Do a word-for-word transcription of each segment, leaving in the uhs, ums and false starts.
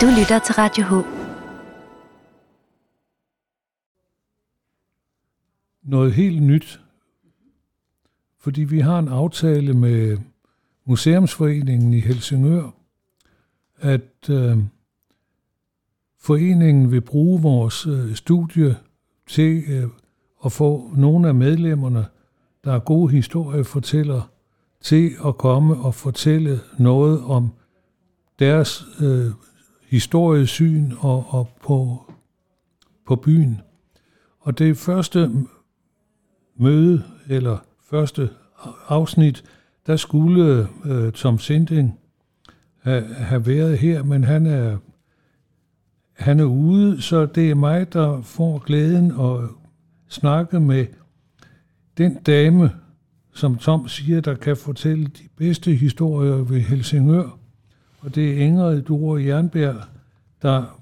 Du lytter til Radio H. Noget helt nyt, fordi vi har en aftale med Museumsforeningen i Helsingør, at øh, foreningen vil bruge vores øh, studie til øh, at få nogle af medlemmerne, der er gode historiefortællere, til at komme og fortælle noget om deres øh, historiesyn og, og på, på byen. Og det første møde, eller første afsnit, der skulle øh, Tom Sinding have, have været her, men han er, han er ude, så det er mig, der får glæden at snakke med den dame, som Tom siger, der kan fortælle de bedste historier ved Helsingør. Og det er Ingrid Dore Jernberg, der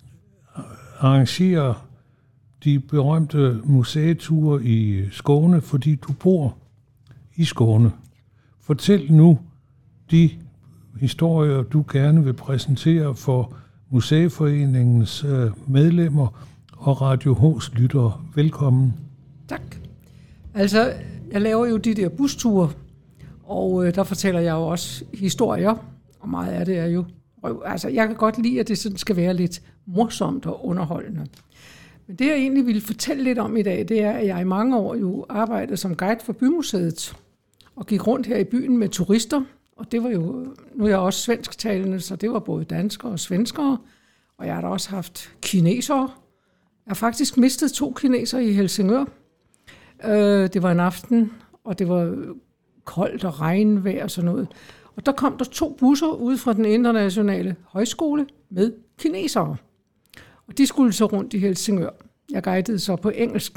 arrangerer de berømte museeture i Skåne, fordi du bor i Skåne. Fortæl nu de historier, du gerne vil præsentere for Museeforeningens medlemmer og Radio H's lyttere. Velkommen. Tak. Altså, jeg laver jo de der busture, og øh, der fortæller jeg jo også historier, og meget af det er jo... Altså, jeg kan godt lide, at det sådan skal være lidt morsomt og underholdende. Men det, jeg egentlig ville fortælle lidt om i dag, det er, at jeg i mange år jo arbejdede som guide for Bymuseet, og gik rundt her i byen med turister, og det var jo... Nu er jeg også svensktalende, så det var både danskere og svenskere, og jeg har da også haft kinesere. Jeg har faktisk mistet to kinesere i Helsingør. Det var en aften, og det var koldt og regnvejr og sådan noget. Og der kom der to busser ud fra den internationale højskole med kinesere. Og de skulle så rundt i Helsingør. Jeg guidede så på engelsk.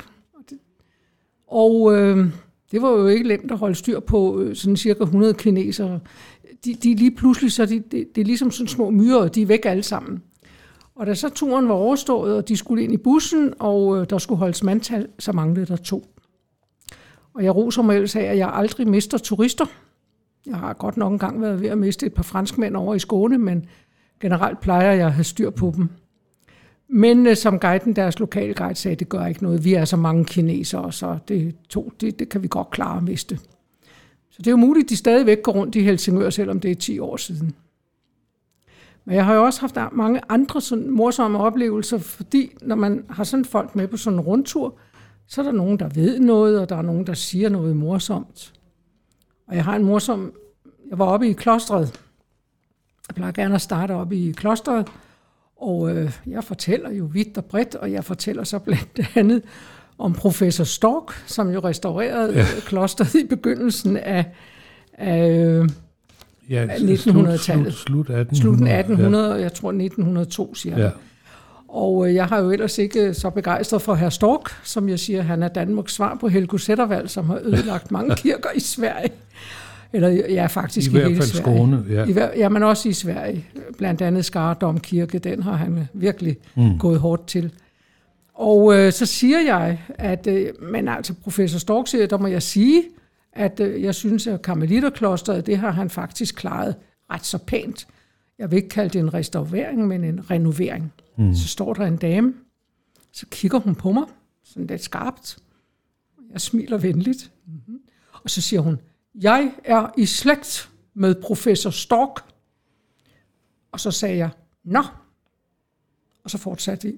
Og øh, det var jo ikke nemt at holde styr på øh, sådan cirka hundrede kinesere. De, de lige pludselig, så de, de, det er ligesom sådan små myrer, og de er væk alle sammen. Og da så turen var overstået, og de skulle ind i bussen, og øh, der skulle holdes mandtal, så manglede der to. Og jeg roser mig ellers af, at jeg aldrig mister turister. Jeg har godt nok engang været ved at miste et par franskmænd over i Skåne, men generelt plejer jeg at have styr på dem. Men øh, som guiden, deres lokale guide, sagde, det gør ikke noget. Vi er så mange kinesere, så det, to, det, det kan vi godt klare at miste. Så det er jo muligt, at de stadigvæk går rundt i Helsingør, selvom det er ti år siden. Men jeg har jo også haft mange andre sådan morsomme oplevelser, fordi når man har sådan folk med på sådan en rundtur, så er der nogen, der ved noget, og der er nogen, der siger noget morsomt. Og jeg har en morsom... Jeg var oppe i klostret. Jeg plejer gerne at starte oppe i klostret, og øh, jeg fortæller jo vidt og bredt, og jeg fortæller så blandt andet om professor Storck, som jo restaurerede ja. klostret i begyndelsen af, af, ja, af nittenhundredetallet. Slut, slut attenhundrede. Slutten af attenhundrede, ja. Jeg tror nitten hundrede og to, siger jeg. Ja. Og jeg har jo ellers ikke så begejstret for herr Storck, som jeg siger, han er Danmarks svar på Helgo Zettervald, som har ødelagt mange kirker i Sverige. Eller ja, faktisk i, i hele Sverige. Skåne, ja. I hvert ja, men også i Sverige. Blandt andet Skara Domkirke, den har han virkelig mm. gået hårdt til. Og øh, så siger jeg, at øh, men altså professor Storck siger, der må jeg sige, at øh, jeg synes, at Karmeliterklosteret, det har han faktisk klaret ret så pænt. Jeg vil ikke kalde det en restaurering, men en renovering. Mm. Så står der en dame, så kigger hun på mig, sådan lidt skarpt. Jeg smiler venligt. Mm-hmm. Og så siger hun, jeg er i slægt med professor Storck. Og så sagde jeg, nå. Og så fortsatte vi.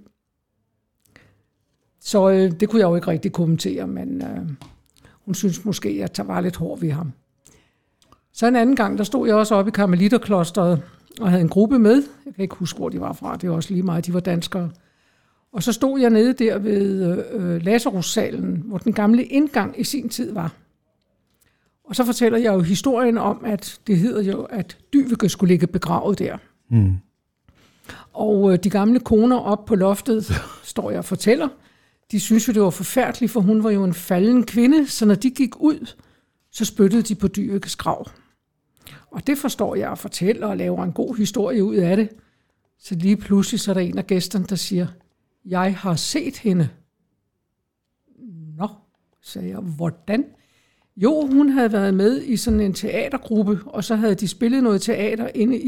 Så øh, det kunne jeg jo ikke rigtig kommentere, men øh, hun synes måske, at jeg var lidt hård ved ham. Så en anden gang, der stod jeg også oppe i Karmeliterklosteret, og havde en gruppe med. Jeg kan ikke huske, hvor de var fra. Det var også lige meget, de var danskere. Og så stod jeg nede der ved øh, Lazarussalen, hvor den gamle indgang i sin tid var. Og så fortæller jeg jo historien om, at det hedder jo, at Dyveke skulle ligge begravet der. Mm. Og øh, de gamle koner op på loftet, står jeg og fortæller, de synes jo, det var forfærdeligt, for hun var jo en falden kvinde, så når de gik ud, så spyttede de på Dyvekes grav. Og det forstår jeg at fortælle og laver en god historie ud af det. Så lige pludselig så er der en af gæsterne, der siger, jeg har set hende. Nå, sagde jeg, hvordan? Jo, hun havde været med i sådan en teatergruppe, og så havde de spillet noget teater inde i,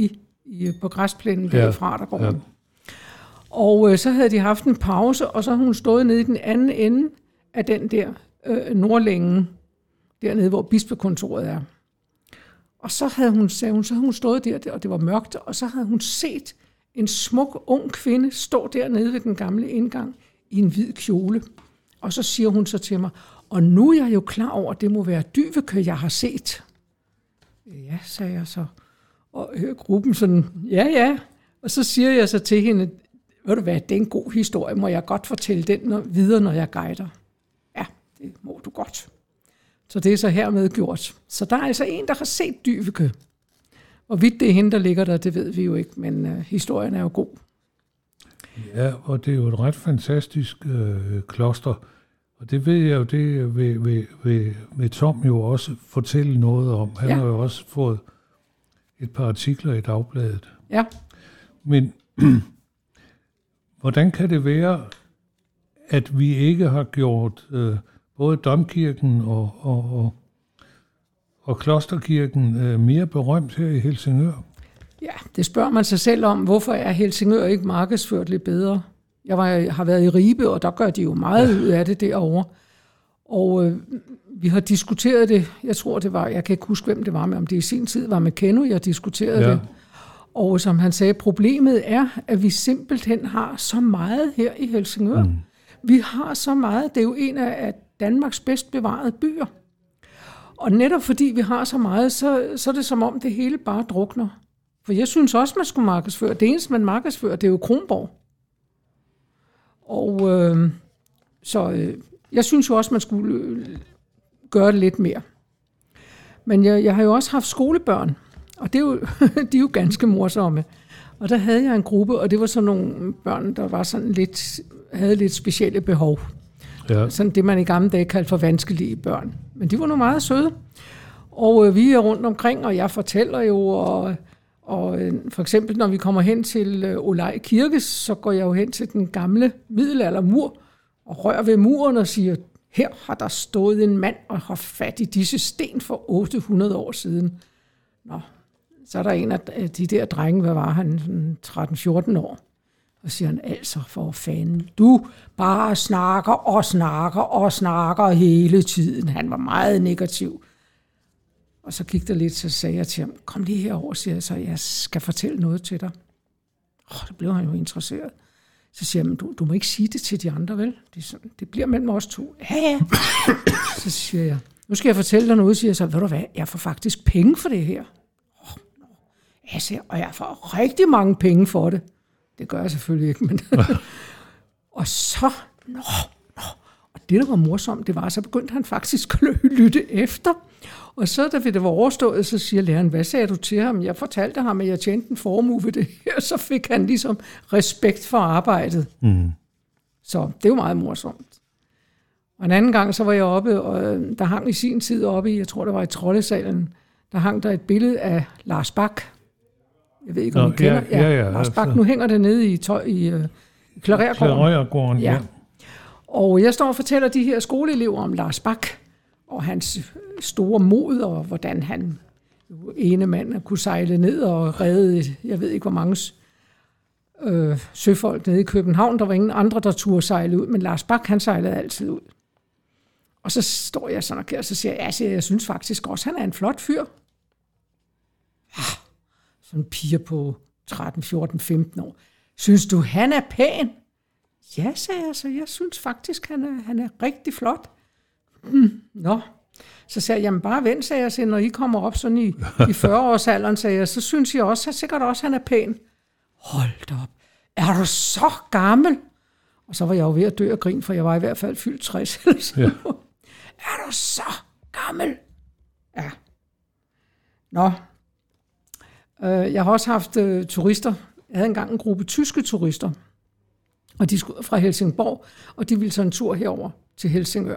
i, på græsplænen ja. derfra, der går. Ja. Og øh, så havde de haft en pause, og så havde hun stået nede i den anden ende af den der øh, nordlænge, dernede, hvor bispekontoret er. Og så havde hun, sagde hun, så havde hun stået der, og det var mørkt, og så havde hun set en smuk, ung kvinde stå dernede ved den gamle indgang i en hvid kjole. Og så siger hun så til mig, og nu er jeg jo klar over, at det må være Dyveke, jeg har set. Ja, sagde jeg så. Og øh, gruppen sådan, ja, ja. Og så siger jeg så til hende, ved du hvad, det er en god historie, må jeg godt fortælle den når, videre, når jeg guider? Ja, det må du godt. Så det er så hermed gjort. Så der er altså en, der har set Dyveke. Hvorvidt det er hende, der ligger der, det ved vi jo ikke, men øh, historien er jo god. Ja, og det er jo et ret fantastisk øh, kloster. Og det ved jeg jo, det vil, vil, vil, vil Tom jo også fortælle noget om. Han ja. har jo også fået et par artikler i Dagbladet. Ja. Men hvordan kan det være, at vi ikke har gjort øh, både domkirken og, og, og, og klosterkirken øh, mere berømt her i Helsingør? Ja, det spørger man sig selv om. Hvorfor er Helsingør ikke markedsført lidt bedre? Jeg var, har været i Ribe, og der gør de jo meget ja. ud af det derovre. Og øh, vi har diskuteret det. Jeg tror, det var, jeg kan ikke huske, hvem det var, men om det i sin tid var med Kenno, jeg diskuterede ja. det. Og som han sagde, problemet er, at vi simpelthen har så meget her i Helsingør. Mm. Vi har så meget. Det er jo en af Danmarks bedst bevarede byer. Og netop fordi vi har så meget, så, så er det som om det hele bare drukner. For jeg synes også, man skulle markedsføre. Det eneste, man markedsfører, det er jo Kronborg. Og øh, så øh, jeg synes jo også, man skulle øh, gøre det lidt mere. Men jeg, jeg har jo også haft skolebørn, og det er jo, de er jo ganske morsomme. Og der havde jeg en gruppe, og det var sådan nogle børn, der var sådan lidt, havde lidt specielle behov. Ja. Sådan det, man i gamle dage kaldte for vanskelige børn. Men de var nu meget søde. Og øh, vi er rundt omkring, og jeg fortæller jo, og, og øh, for eksempel når vi kommer hen til øh, Olej Kirke, så går jeg jo hen til den gamle middelaldermur, og rører ved muren og siger, her har der stået en mand og har fat i disse sten for otte hundrede år siden. Nå, så er der en af de der drenge, hvad var han, tretten fjorten år, og siger han, altså for fanden, du bare snakker og snakker og snakker hele tiden. Han var meget negativ. Og så gik der lidt, så sagde jeg til ham, kom lige herover, siger jeg, så jeg skal fortælle noget til dig. Oh, det blev han jo interesseret. Så siger han, du, du må ikke sige det til de andre, vel? Det, sådan, det bliver mellem os to. Ja, ja. Så siger jeg, nu skal jeg fortælle dig noget, siger jeg så, ved du hvad, jeg får faktisk penge for det her. Oh, no. Jeg siger, og jeg får rigtig mange penge for det. Det gør jeg selvfølgelig ikke, men... og så... Nå, nå. Og det, der var morsomt, det var, så begyndte han faktisk at lytte efter. Og så, da det var overstået, så siger læreren, hvad sagde du til ham? Jeg fortalte ham, at jeg tjente en formue ved det her, så fik han ligesom respekt for arbejdet. Mm. Så det var meget morsomt. Og en anden gang, så var jeg oppe, og der hang i sin tid oppe i, jeg tror, det var i Troldesalen, der hang der et billede af Lars Bak. Jeg ved ikke, om Nå, I kender. Ja, ja, ja, Lars Bak, altså. Nu hænger det nede i, tøj, i uh, Klarergården. Klarergården, ja. ja. Og jeg står og fortæller de her skoleelever om Lars Bak, og hans store mod, og hvordan han, ene mand, kunne sejle ned og redde, jeg ved ikke, hvor mange øh, søfolk nede i København. Der var ingen andre, der turde sejle ud, men Lars Bak, han sejlede altid ud. Og så står jeg sådan og så siger jeg, jeg, siger, jeg synes faktisk også, han er en flot fyr. Ja, sådan en piger på tretten, fjorten, femten år. Synes du, han er pæn? Ja, sagde jeg så. Jeg synes faktisk, han er, han er rigtig flot. Mm, nå. Så sagde jeg, jamen bare vent, sagde jeg, så når I kommer op sådan i, i fyrre-årsalderen, sagde jeg, så synes jeg også, at sikkert også, han er pæn. Hold da op. Er du så gammel? Og så var jeg jo ved at dø og grin, for jeg var i hvert fald fyldt tres. Ja. Er du så gammel? Ja. Nå. Øh, jeg har også haft øh, turister. Jeg havde engang en gruppe tyske turister, og de skulle fra Helsingborg, og de ville så en tur herover til Helsingør.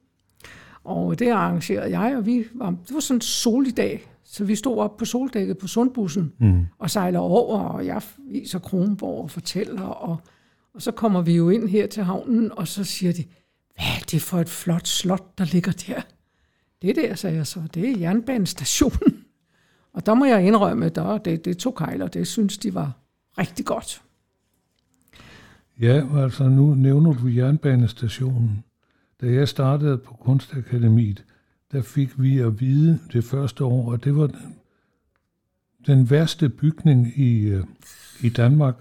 Og det arrangerede jeg, og vi var, det var sådan en solig dag, så vi stod op på soldækket på Sundbussen mm. og sejler over, og jeg viser Kronborg og fortæller, og, og så kommer vi jo ind her til havnen, og så siger de, hvad er det for et flot slot, der ligger der? Det der, sagde jeg så, det er jernbanestationen. Og der må jeg indrømme, at det, det tog kejler. Det synes de var rigtig godt. Ja, altså nu nævner du jernbanestationen. Da jeg startede på Kunstakademiet, der fik vi at vide det første år, at det var den, den værste bygning i, i Danmark.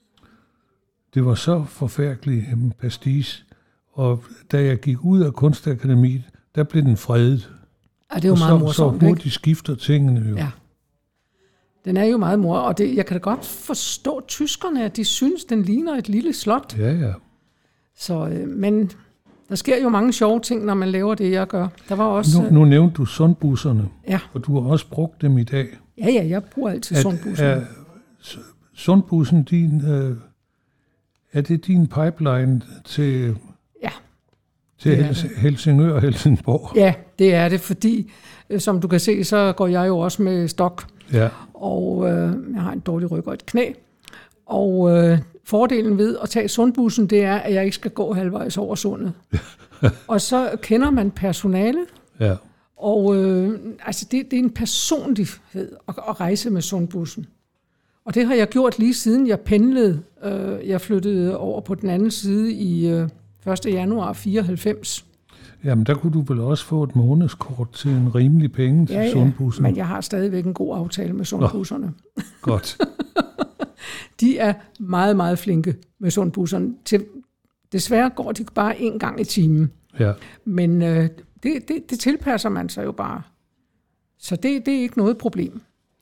Det var så forfærdeligt en pastis, og da jeg gik ud af Kunstakademiet, der blev den fredet. Ja, det er jo og meget så, morsomt, så hurtigt ikke? Skifter tingene jo. Ja. Den er jo meget mor, og det, jeg kan da godt forstå tyskerne, at de synes, den ligner et lille slot. Ja, ja. Så, øh, men der sker jo mange sjove ting, når man laver det, jeg gør. Der var også, nu, nu nævnte du sundbusserne, ja. Og du har også brugt dem i dag. Ja, ja, jeg bruger altid sundbusserne. Er sundbussen din, øh, er det din pipeline til, ja, til Hels- Helsingør og Helsingborg? Ja, det er det, fordi øh, som du kan se, så går jeg jo også med stok. Ja. Og øh, jeg har en dårlig ryg og et knæ. Og øh, fordelen ved at tage sundbussen, det er, at jeg ikke skal gå halvvejs over sundet. Og så kender man personalet. Ja. Og øh, altså det, det er en personlighed at, at rejse med sundbussen. Og det har jeg gjort lige siden jeg pendlede. Øh, jeg flyttede over på den anden side i øh, første januar fireoghalvfems. Jamen, der kunne du vel også få et månedskort til en rimelig penge til ja, ja, sundbussen. Men jeg har stadigvæk en god aftale med sundbusserne. Nå, godt. De er meget, meget flinke med sundbusserne. Til, desværre går de bare en gang i timen. Ja. Men øh, det, det, det tilpasser man sig jo bare. Så det, det er ikke noget problem.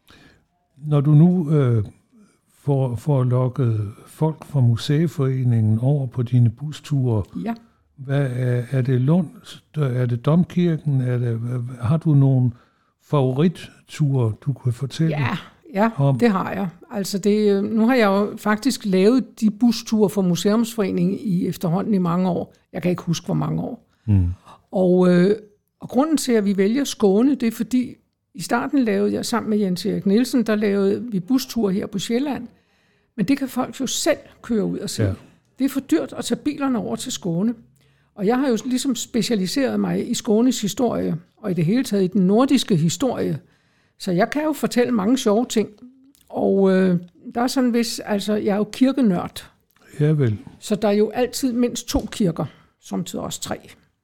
Når du nu øh, får, får lukket folk fra Museeforeningen over på dine busture, ja. Hvad er, er det Lund? Er det Domkirken? Er det, har du nogle favoritture, du kan fortælle ja, ja, om? Det har jeg. Altså det, nu har jeg jo faktisk lavet de busture for Museumsforeningen i efterhånden i mange år. Jeg kan ikke huske, hvor mange år. Mm. Og, øh, og grunden til, at vi vælger Skåne, det er fordi, i starten lavede jeg sammen med Jens Erik Nielsen, der lavede vi busture her på Sjælland. Men det kan folk jo selv køre ud og se. Ja. Det er for dyrt at tage bilerne over til Skåne. Og jeg har jo ligesom specialiseret mig i Skånes historie, og i det hele taget i den nordiske historie. Så jeg kan jo fortælle mange sjove ting. Og øh, der er sådan hvis, altså jeg er jo kirkenørd. Ja vel. Så der er jo altid mindst to kirker, samtidig også tre.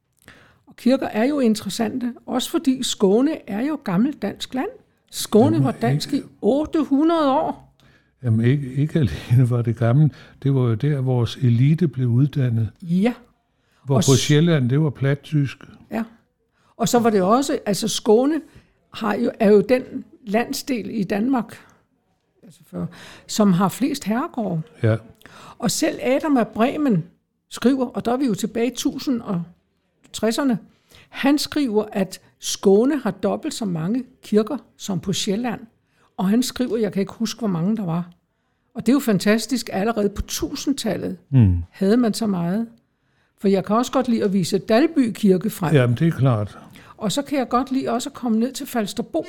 Og kirker er jo interessante, også fordi Skåne er jo gammelt dansk land. Skåne Jamen, var dansk ikke, i otte hundrede år. Jamen ikke, ikke alene var det gammelt, det var jo der, vores elite blev uddannet. Ja. Hvor og på Sjælland, det var plattysk. Ja, og så var det også, altså Skåne har jo, er jo den landsdel i Danmark, altså for, som har flest herregårde. Ja. Og selv Adam af Bremen skriver, og der er vi jo tilbage i tusind og tresserne, han skriver, at Skåne har dobbelt så mange kirker som på Sjælland. Og han skriver, jeg kan ikke huske, hvor mange der var. Og det er jo fantastisk, allerede på tusindtallet mm. havde man så meget. For jeg kan også godt lide at vise Dalby Kirke frem. Jamen, det er klart. Og så kan jeg godt lide også at komme ned til Falsterbo.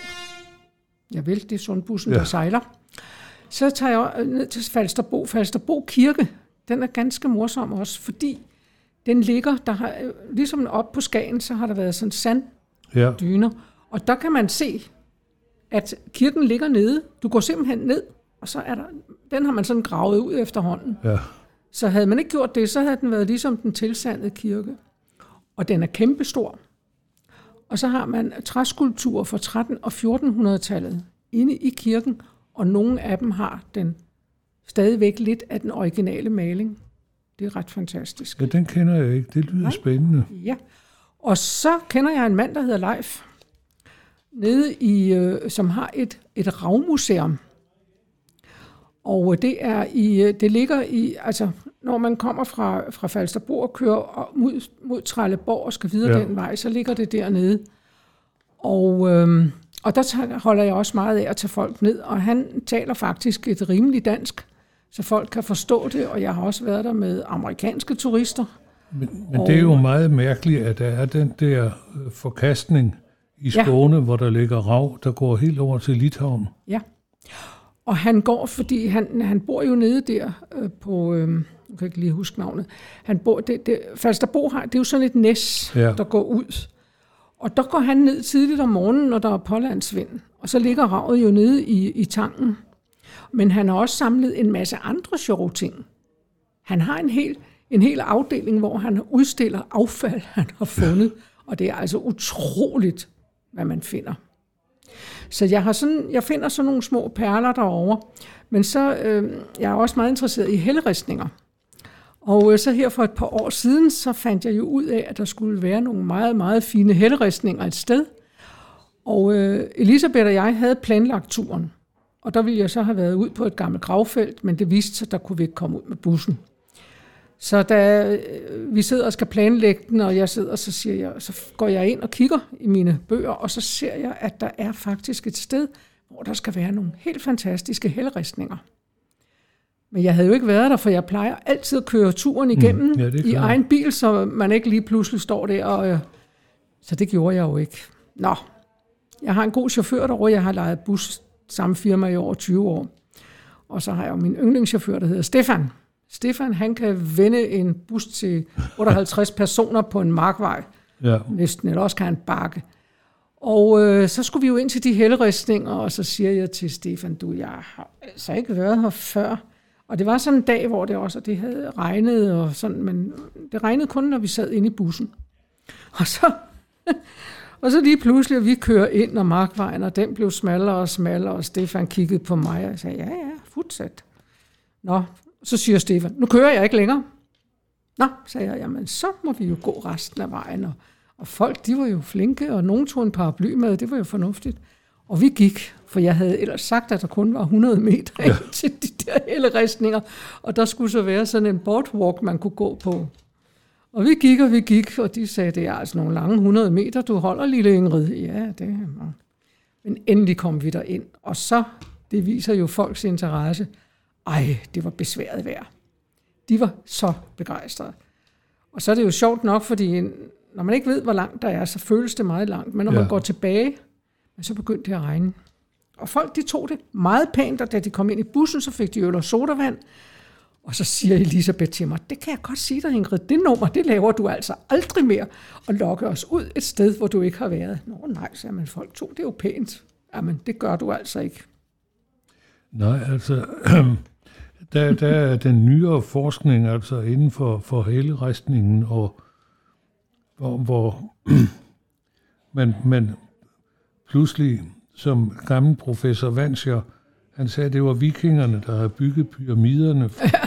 Jeg vil, det er sundbussen, ja. Der sejler. Så tager jeg ned til Falsterbo. Falsterbo Kirke, den er ganske morsom også, fordi den ligger, der har, ligesom op på Skagen, så har der været sådan sanddyner. Ja. Og der kan man se, at kirken ligger nede. Du går simpelthen ned, og så er der, den har man sådan gravet ud efterhånden. Ja. Så havde man ikke gjort det, så havde den været ligesom den tilsandede kirke. Og den er kæmpestor. Og så har man træskulpturer fra tretten- og fjortenhundredetallet inde i kirken, og nogle af dem har den stadigvæk lidt af den originale maling. Det er ret fantastisk. Ja, den kender jeg ikke. Det lyder Nej. spændende. Ja. Og så kender jeg en mand, der hedder Leif, nede i, øh, som har et, et ravmuseum. Og det er i, det ligger i, altså når man kommer fra, fra Falsterbo og kører mod, mod Trelleborg og skal videre ja. Den vej, så ligger det dernede. Og, øhm, og der holder jeg også meget af at tage folk ned, og han taler faktisk et rimeligt dansk, så folk kan forstå det, og jeg har også været der med amerikanske turister. Men, men og, det er jo meget mærkeligt, at der er den der forkastning i Skåne, ja. Hvor der ligger rav, der går helt over til Litauen. Ja. Og han går, fordi han, han bor jo nede der øh, på, øh, jeg kan ikke lige huske navnet, han bor, det, det, Falsterbo har, det er jo sådan et næs, ja. Der går ud. Og der går han ned tidligt om morgenen, når der er pålandsvind. Og så ligger ravet jo nede i, i tanken. Men han har også samlet en masse andre sjove ting. Han har en hel, en hel afdeling, hvor han udstiller affald, han har fundet. Og det er altså utroligt, hvad man finder. Så jeg, har sådan, jeg finder sådan nogle små perler derovre. Men så øh, jeg er også meget interesseret i helleristninger. Og øh, så her for et par år siden, så fandt jeg jo ud af, at der skulle være nogle meget, meget fine helleristninger et sted. Og øh, Elisabeth og jeg havde planlagt turen. Og der ville jeg så have været ud på et gammelt gravfelt, men det viste sig, at der kunne vi ikke komme ud med bussen. Så da vi sidder og skal planlægge den, og jeg sidder, så siger jeg, så går jeg ind og kigger i mine bøger, og så ser jeg, at der er faktisk et sted, hvor der skal være nogle helt fantastiske helleristninger. Men jeg havde jo ikke været der, for jeg plejer altid at køre turen igennem mm, ja, i egen bil, så man ikke lige pludselig står der. Og, øh, så det gjorde jeg jo ikke. Nå, jeg har en god chauffør derovre, jeg har lejet bus samme firma i over tyve år. Og så har jeg jo min yndlingschauffør, der hedder Stefan. Stefan, han kan vende en bus til otteoghalvtreds personer på en markvej. Ja. Næsten, eller også kan han bakke. Og øh, så skulle vi jo ind til de helleristninger, og så siger jeg til Stefan, du, jeg har altså ikke været her før. Og det var sådan en dag, hvor det også det havde regnet, og sådan, men det regnede kun, når vi sad inde i bussen. Og så, og så lige pludselig, at vi kører ind ad markvejen, og den blev smallere og smallere, og Stefan kiggede på mig og sagde, ja, ja, fortsæt. Nå, så siger Stefan, nu kører jeg ikke længere. Nå, sagde jeg, jamen så må vi jo gå resten af vejen. Og, og folk, de var jo flinke, og nogen tog en paraply med, det var jo fornuftigt. Og vi gik, for jeg havde ellers sagt, at der kun var hundrede meter ja. til de der helleristninger, og der skulle så være sådan en boardwalk, man kunne gå på. Og vi gik, og vi gik, og de sagde, det er altså nogle lange hundrede meter, du holder, lille Ingrid. Ja, det er. Men endelig kom vi derind, og så, det viser jo folks interesse. Ej, det var besværet værd. De var så begejstrede. Og så er det jo sjovt nok, fordi når man ikke ved, hvor langt der er, så føles det meget langt. Men når ja. man går tilbage, så begyndte det at regne. Og folk, de tog det meget pænt, og da de kom ind i bussen, så fik de øl og sodavand. Og så siger Elisabeth til mig, det kan jeg godt sige dig, Ingrid, det nummer, det laver du altså aldrig mere, og lokke os ud et sted, hvor du ikke har været. Nå nej, så man folk tog det er jo pænt. Jamen, det gør du altså ikke. Nej, altså, der, der er den nyere forskning, altså inden for, for helleristningen, og hvor, hvor man, man pludselig, som gammel professor Vanscher, han sagde, at det var vikingerne, der havde bygget pyramiderne.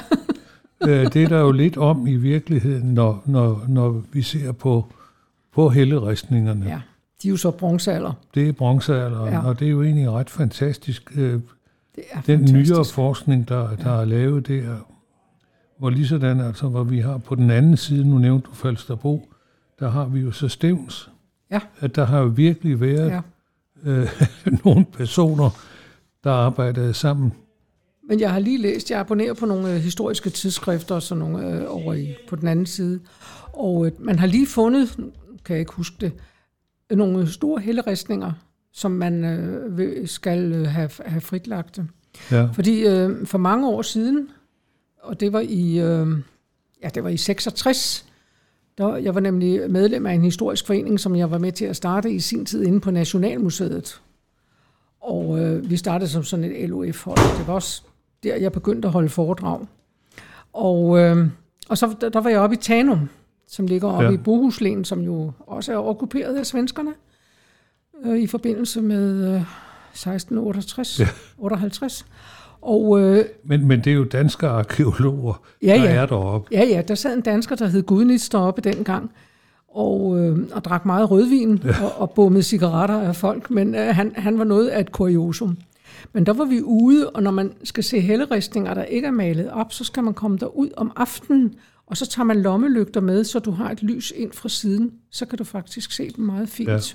Det er der jo lidt om i virkeligheden, når, når, når vi ser på, på helleristningerne. Ja, de er jo så bronzealder. Det er bronzealder, ja. Og det er jo egentlig ret fantastisk. Det er Den fantastisk. nyere forskning, der, der ja. er lavet der, hvor lige sådan, altså, hvor vi har på den anden side, nu nævnte du Falsterbo, der har vi jo så Stevns, ja. at der har jo virkelig været ja. øh, nogle personer, der arbejdede sammen. Men jeg har lige læst, jeg abonnerer på nogle øh, historiske tidsskrifter, så nogle øh, over i, på den anden side, og øh, man har lige fundet, kan jeg ikke huske det, nogle store helleristninger, som man øh, skal øh, have, have fritlagt. Ja. Fordi øh, for mange år siden, og det var i, øh, ja, det var i seksogtres, der, jeg var nemlig medlem af en historisk forening, som jeg var med til at starte i sin tid inde på Nationalmuseet. Og øh, vi startede som sådan et L O F-hold. Det var også der, jeg begyndte at holde foredrag. Og, øh, og så der, der var jeg oppe i Tanum, som ligger oppe ja. i Bohuslen, som jo også er okkuperet af svenskerne, øh, i forbindelse med øh, seksten otteogtres, ja. otteoghalvtreds. Og, øh, men, men det er jo danske arkeologer, ja, der ja. er deroppe. Ja, ja, der sad en dansker, der hed Gudnitz deroppe dengang, og, øh, og drak meget rødvin ja. og, og bommede cigaretter af folk, men øh, han, han var noget af et kuriosum. Men der var vi ude, og når man skal se helleristninger, der ikke er malet op, så skal man komme derud om aftenen, og så tager man lommelygter med, så du har et lys ind fra siden. Så kan du faktisk se dem meget fint. Ja.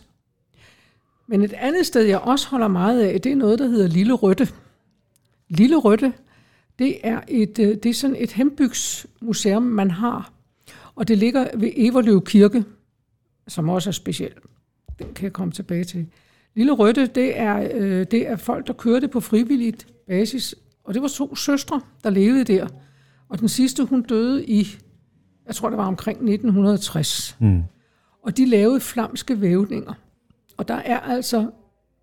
Men et andet sted, jeg også holder meget af, det er noget, der hedder Lille Røtte. Lille Røtte, det er, et, det er sådan et hembygdsmuseum, man har. Og det ligger ved Everløv Kirke, som også er speciel. Den kan jeg komme tilbage til. Lille Røtte, det er, øh, det er folk, der kørte på frivilligt basis. Og det var to søstre, der levede der. Og den sidste, hun døde i, jeg tror det var omkring nitten tres. Mm. Og de lavede flamske vævninger. Og der er altså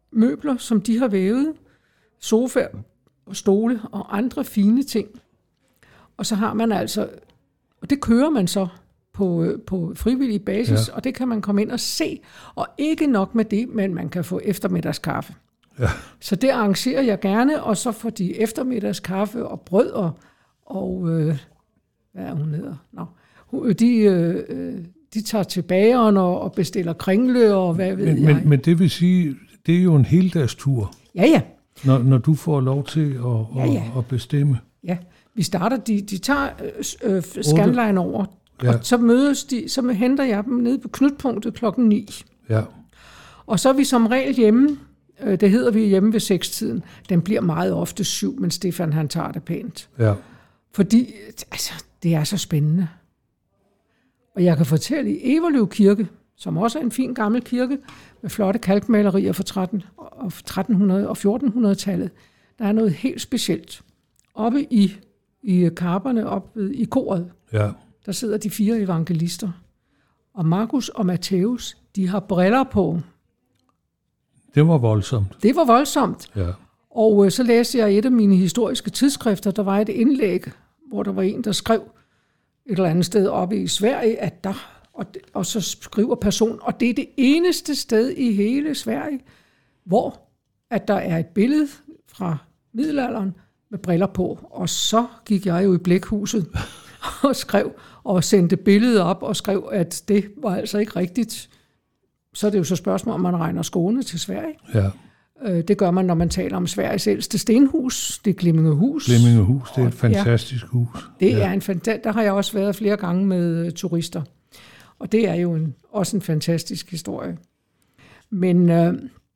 møbler, som de har vævet, sofaer og stole og andre fine ting. Og så har man altså, og det kører man så på, på frivillig basis, ja. Og det kan man komme ind og se. Og ikke nok med det, men man kan få eftermiddagskaffe. Ja. Så det arrangerer jeg gerne, og så får de eftermiddagskaffe og brød og, og øh, hvad er hun hedder? Nå, de, øh, de tager til bageren og, og bestiller kringle og hvad ved men, jeg. Men, men det vil sige, det er jo en heldagstur. Ja, ja. Når, når du får lov til at, ja, ja. at, at bestemme. Ja, vi starter, de, de tager øh, Scanline over, ja. Og så mødes de, så henter jeg dem nede på knytpunktet klokken ni. Ja. Og så er vi som regel hjemme, øh, det hedder vi hjemme ved sekstiden. Den bliver meget ofte syv, men Stefan han tager det pænt. Ja. Fordi altså, det er så spændende. Og jeg kan fortælle, i Everløv Kirke, som også er en fin gammel kirke, med flotte kalkmalerier fra tretten hundrede- og fjorten hundrede-tallet, der er noget helt specielt. Oppe i, i karperne, oppe i koret, ja. Der sidder de fire evangelister. Og Markus og Matthæus, de har briller på. Det var voldsomt. Det var voldsomt. Ja. Og øh, så læste jeg et af mine historiske tidsskrifter, der var et indlæg, hvor der var en, der skrev et eller andet sted oppe i Sverige, at der, og, det, og så skriver personen, og det er det eneste sted i hele Sverige, hvor at der er et billede fra middelalderen med briller på. Og så gik jeg jo i blækhuset og skrev, og sendte billedet op og skrev, at det var altså ikke rigtigt. Så er det jo så spørgsmål, om man regner Skåne til Sverige. Ja. Det gør man, når man taler om Sveriges ældste stenhus. Det er Glimmingehus. Glimmingehus, det er et fantastisk ja, hus. Det ja. er en fantastisk. Der har jeg også været flere gange med uh, turister. Og det er jo en, også en fantastisk historie. Men, uh,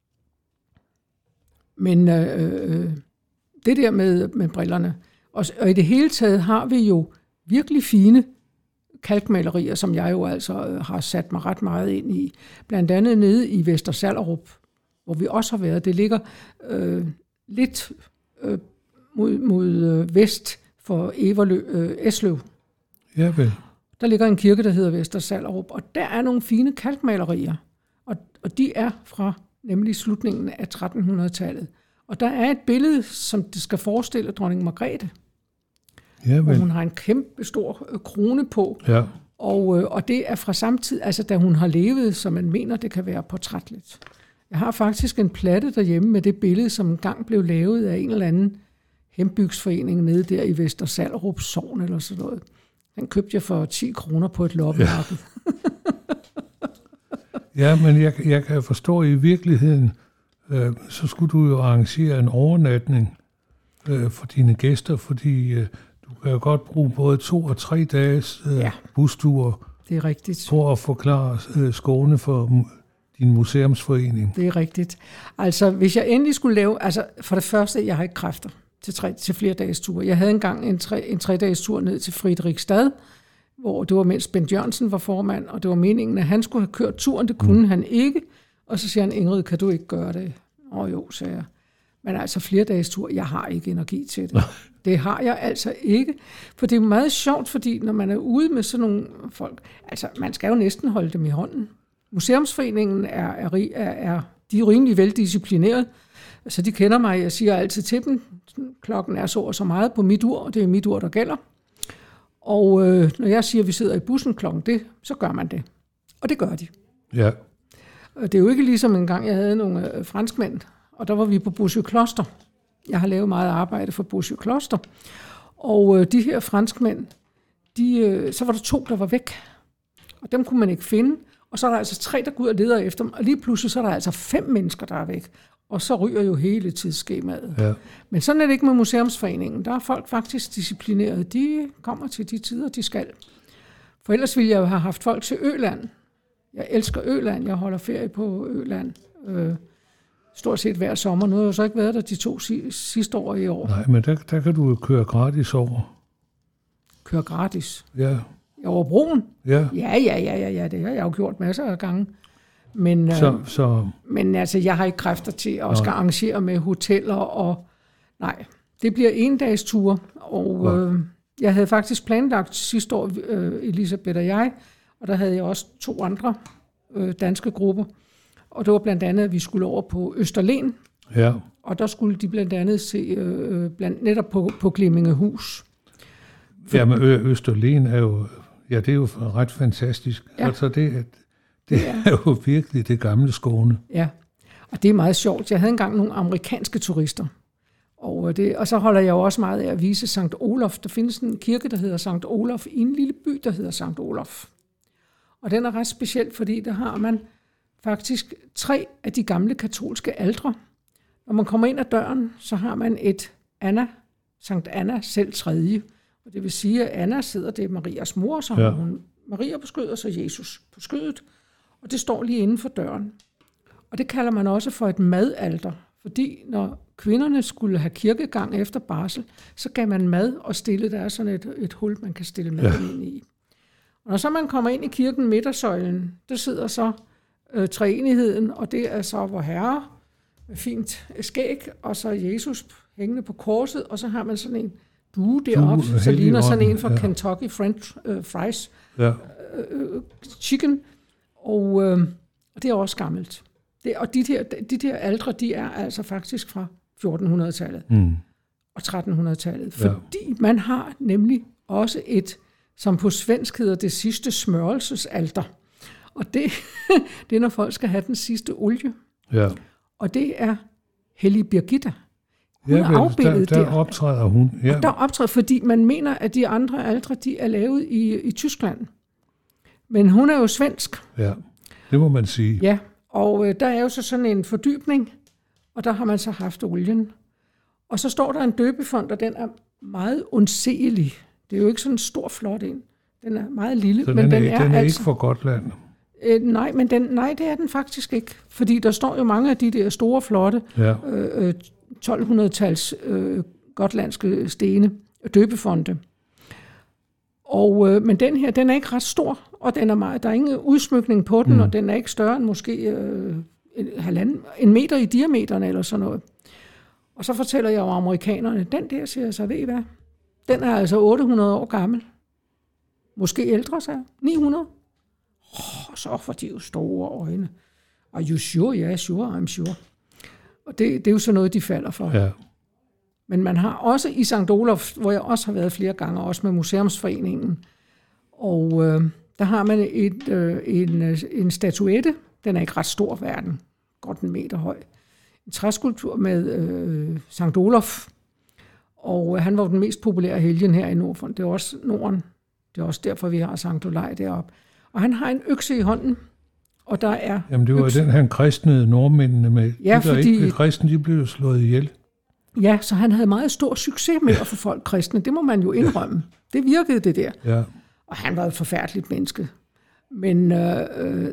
men uh, uh, det der med, med brillerne, og, og i det hele taget har vi jo virkelig fine kalkmalerier, som jeg jo altså uh, har sat mig ret meget ind i. Blandt andet nede i Vester Sallerup, hvor vi også har været. Det ligger øh, lidt øh, mod, mod øh, vest for Everlø, øh, Esløv. Ja vel. Der ligger en kirke, der hedder Vester Sallerup, og der er nogle fine kalkmalerier. Og, og de er fra nemlig slutningen af tretten hundrede-tallet. Og der er et billede, som det skal forestille dronning Margrethe. Ja vel. Hvor hun har en kæmpe stor øh, krone på. Ja. Og, øh, og det er fra samme tid, altså da hun har levet, som man mener, det kan være portrætligt. Jeg har faktisk en platte derhjemme med det billede, som engang blev lavet af en eller anden hembygdsforening nede der i Vester Sallerup Sogn eller sådan noget. Den købte jeg for ti kroner på et loppemarked. Ja, ja men jeg, jeg kan forstå, at i virkeligheden, øh, så skulle du jo arrangere en overnatning øh, for dine gæster, fordi øh, du kan jo godt bruge både to og tre dages øh, ja, busture det er rigtigt. For at forklare øh, Skåne for din museumsforening. Det er rigtigt. Altså, hvis jeg endelig skulle lave... Altså, for det første, jeg har ikke kræfter til, tre, til flere dages tur. Jeg havde engang en, tre, en tre dages tur ned til Fredrikstad, hvor det var mens Bent Jørgensen var formand, og det var meningen, at han skulle have kørt turen. Det kunne mm. han ikke. Og så siger han, Ingrid, kan du ikke gøre det? Åh jo, sagde jeg. Men altså, flere dages tur, jeg har ikke energi til det. Det har jeg altså ikke. For det er meget sjovt, fordi når man er ude med sådan nogle folk... Altså, man skal jo næsten holde dem i hånden. Museumsforeningen er, er, er, er, de er rimelig veldisciplineret, så de kender mig. Jeg siger altid til dem, klokken er så og så meget på mit ur, og det er mit ur, der gælder. Og øh, når jeg siger, at vi sidder i bussen klokken det, så gør man det. Og det gør de. Ja. Det er jo ikke ligesom en gang, jeg havde nogle øh, franskmænd, og der var vi på Bosjø Kloster. Jeg har lavet meget arbejde for Bosjø Kloster. Og øh, de her franskmænd, de, øh, så var der to, der var væk. Og dem kunne man ikke finde. Og så er der altså tre, der går ud og leder efter dem, og lige pludselig så er der altså fem mennesker, der er væk. Og så ryger jo hele tidsskemaet. Ja. Men sådan er det ikke med Museumsforeningen. Der er folk faktisk disciplineret. De kommer til de tider, de skal. For ellers ville jeg jo have haft folk til Øland. Jeg elsker Øland. Jeg holder ferie på Øland. Øh, stort set hver sommer. Nu har jeg jo så ikke været der de to sidste år i år. Nej, men der, der kan du køre gratis over. Køre gratis? Ja. Over broen? Ja. Ja, ja, ja, ja, ja. Det har jeg jo gjort masser af gange. Men, så, øh, så... men altså, jeg har ikke kræfter til at skal arrangere med hoteller og... Nej, det bliver en dags ture, og øh, jeg havde faktisk planlagt sidste år, øh, Elisabeth og jeg, og der havde jeg også to andre øh, danske grupper, Og det var blandt andet, at vi skulle over på Østerlen. Ja. Og der skulle de blandt andet se øh, blandt, netop på, på Glemmingehus. For, ja, men Østerlen er jo, ja, det er jo ret fantastisk. Ja. Altså det, det ja. er jo virkelig det gamle Skåne. Ja, og det er meget sjovt. Jeg havde engang nogle amerikanske turister. Og, det, og så holder jeg jo også meget af at vise Sankt Olof. Der findes en kirke, der hedder Sankt Olof, i en lille by, der hedder Sankt Olof. Og den er ret speciel, fordi der har man faktisk tre af de gamle katolske altre. Når man kommer ind ad døren, så har man et Anna, Sankt Anna selv tredje. Og det vil sige, at Anna sidder, det er Marias mor, så har ja. hun Maria på skødet, og så Jesus på skødet. Og det står lige inden for døren. Og det kalder man også for et madalter, fordi når kvinderne skulle have kirkegang efter barsel, så gav man mad og stille, der er sådan et, et hul, man kan stille mad ja. ind i. Og når så man kommer ind i kirken, midtersøjlen, der sidder så øh, treenigheden, og det er så vor Herre, med fint skæg, og så Jesus hængende på korset, og så har man sådan en due deroppe, du, så ligner sådan en fra ja. Kentucky French uh, fries ja. uh, chicken, og, uh, og det er også gammelt. Det, og de der, de der altre, de er altså faktisk fra fjortenhundredetallet mm. og trettenhundredetallet, fordi ja. man har nemlig også et, som på svensk hedder det sidste smørelsesalter, og det, det er, når folk skal have den sidste olie. Ja. Og det er Hellig Birgitta. Hun ja, er afbildet der. Der optræder hun. Ja. Der optræder, fordi man mener, at de andre altre, de er lavet i, i Tyskland. Men hun er jo svensk. Ja, det må man sige. Ja, og øh, der er jo så sådan en fordybning, og der har man så haft olien. Og så står der en døbefont, og den er meget undselig. Det er jo ikke sådan en stor, flot en. Den er meget lille. Så men den er, den er, den er altså, ikke for Gotland? Øh, nej, men den, nej, det er den faktisk ikke. Fordi der står jo mange af de der store, flotte ja. øh, tolv-hundrede-tals øh, gotlandske stene, døbefonte. Og, øh, men den her, den er ikke ret stor, og den er meget, der er ingen udsmykning på den, mm. og den er ikke større end måske øh, en, halvanden, en meter i diameteren eller sådan noget. Og så fortæller jeg jo amerikanerne, den der, siger jeg så, ved I hvad? Den er altså otte hundrede år gammel. Måske ældre, så ni hundrede. Oh, så får de jo store øjne. Are you sure? Ja, yeah, sure, I'm sure. Og det, det er jo sådan noget, de falder for. Ja. Men man har også i Sankt Olof, hvor jeg også har været flere gange, også med Museumsforeningen, og øh, der har man et, øh, en, en statuette, den er ikke ret stor, verden, godt en meter høj. En træskulptur med øh, Sankt Olof, og øh, han var den mest populære helgen her i Nordfond. Det er også Norden. Det er også derfor, vi har Sankt Olaj deroppe. Og han har en økse i hånden, og der er Jamen det var økse. Den, han kristnede nordmændene med. Ja, de, der fordi, ikke blev kristne, de blev slået ihjel. Ja, så han havde meget stor succes med at få folk kristne. Det må man jo indrømme. Det virkede det der. Ja. Og han var et forfærdeligt menneske. Men øh, øh,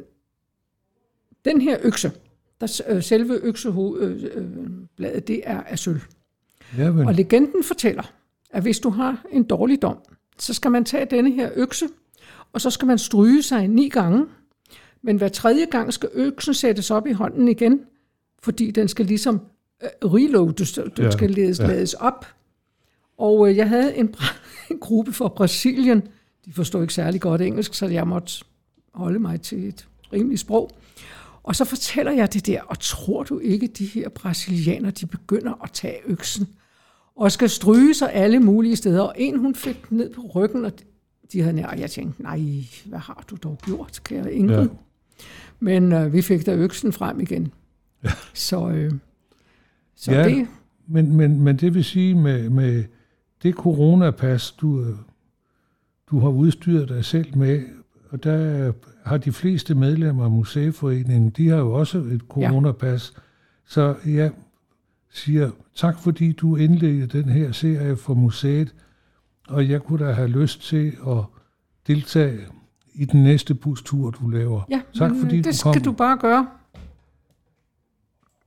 den her økse, der, øh, selve øksebladet, øh, øh, det er af sølv. Ja, men... Og legenden fortæller, at hvis du har en dårligdom, så skal man tage denne her økse, og så skal man stryge sig ni gange. Men hver tredje gang skal øksen sættes op i hånden igen, fordi den skal ligesom uh, reloades, den ja, skal lades, ja. lades op. Og uh, jeg havde en, en gruppe fra Brasilien, de forstod ikke særlig godt engelsk, så jeg måtte holde mig til et rimeligt sprog. Og så fortæller jeg det der, og tror du ikke, de her brasilianere, de begynder at tage øksen, og skal stryge sig alle mulige steder. Og en, hun fik ned på ryggen, og de havde nær, og jeg tænkte, nej, hvad har du dog gjort, kære Ingrid? Ja. Men øh, vi fik da øksen frem igen. Ja. Så, øh, så ja, det... Men, men, men det vil sige, med, med det coronapas, du, du har udstyret dig selv med, og der har de fleste medlemmer af Museeforeningen, de har jo også et coronapas. Ja. Så jeg siger tak, fordi du indledte den her serie for museet, og jeg kunne da have lyst til at deltage i den næste bustur, du laver. Ja, tak, men fordi det du skal kom. du bare gøre.